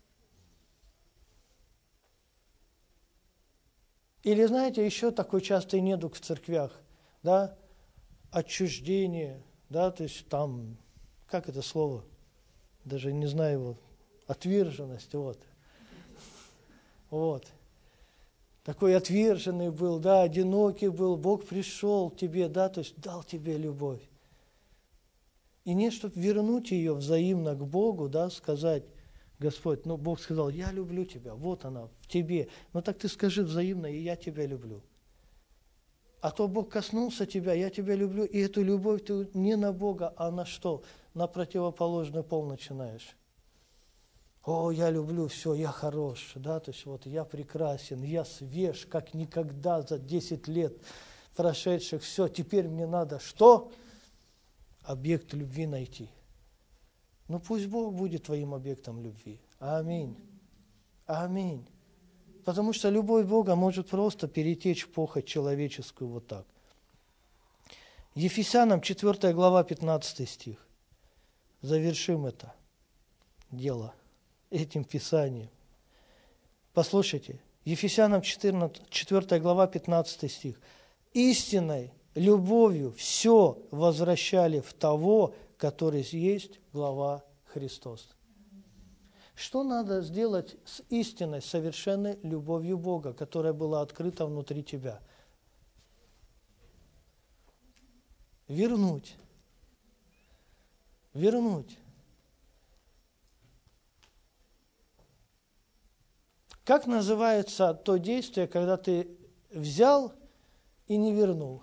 Или, знаете, еще такой частый недуг в церквях, да, отчуждение, да, то есть там, как это слово, даже не знаю его, отверженность, вот. Вот. Такой отверженный был, да, одинокий был, Бог пришел к тебе, да, то есть дал тебе любовь. И не, чтобы вернуть ее взаимно к Богу, да, сказать, Господь, ну, Бог сказал, я люблю тебя, вот она, в тебе. Ну, так ты скажи взаимно, и я тебя люблю. А то Бог коснулся тебя, я тебя люблю, и эту любовь ты не на Бога, а на что? На противоположный пол начинаешь. О, я люблю, все, я хорош, да, то есть вот я прекрасен, я свеж, как никогда за 10 лет прошедших, все, теперь мне надо что? Объект любви найти. Ну пусть Бог будет твоим объектом любви. Аминь. Аминь. Потому что любовь Бога может просто перетечь в похоть человеческую вот так. Ефесянам 4 глава 15 стих. Завершим это дело этим Писанием. Послушайте, Ефесянам 4 глава 15 стих. Истинной любовью все возвращали в того, который есть глава Христос. Что надо сделать с истинной, совершенной любовью Бога, которая была открыта внутри тебя? Вернуть. Вернуть. Как называется то действие, когда ты взял и не вернул?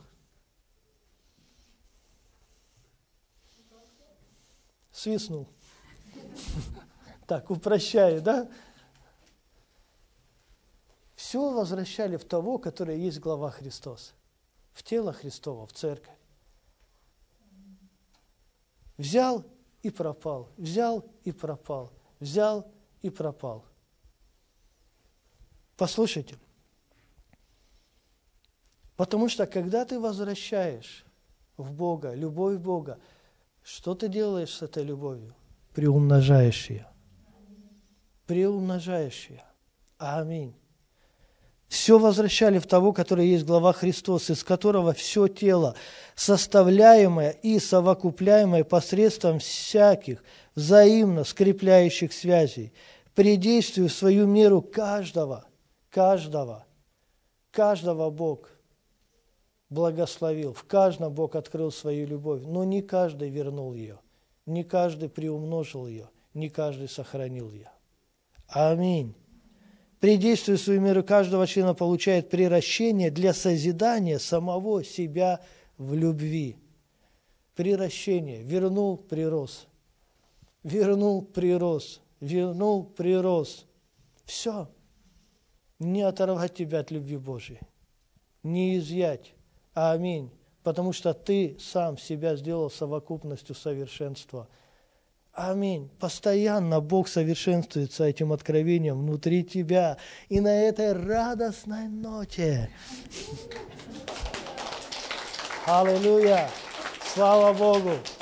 Свистнул. Так, упрощаю, да? Все возвращали в того, который есть глава Христос, в тело Христово, в церковь. Взял и пропал, взял и пропал, взял и пропал. Послушайте, потому что когда ты возвращаешь в Бога, любовь Бога, что ты делаешь с этой любовью? Приумножаешь ее. Приумножаешь ее. Аминь. Все возвращали в того, который есть глава Христос, из которого все тело, составляемое и совокупляемое посредством всяких взаимно скрепляющих связей, при действии в свою меру каждого Бог благословил, в каждом Бог открыл свою любовь, но не каждый вернул ее, не каждый приумножил ее, не каждый сохранил ее. Аминь. При действии в свою меру каждого члена получает приращение для созидания самого себя в любви. Приращение. Вернул, прирос. Вернул, прирос. Вернул, прирос. Все. Не оторвать тебя от любви Божьей. Не изъять. Аминь. Потому что ты сам себя сделал совокупностью совершенства. Аминь. Постоянно Бог совершенствуется этим откровением внутри тебя. И на этой радостной ноте. Аллилуйя. Слава Богу.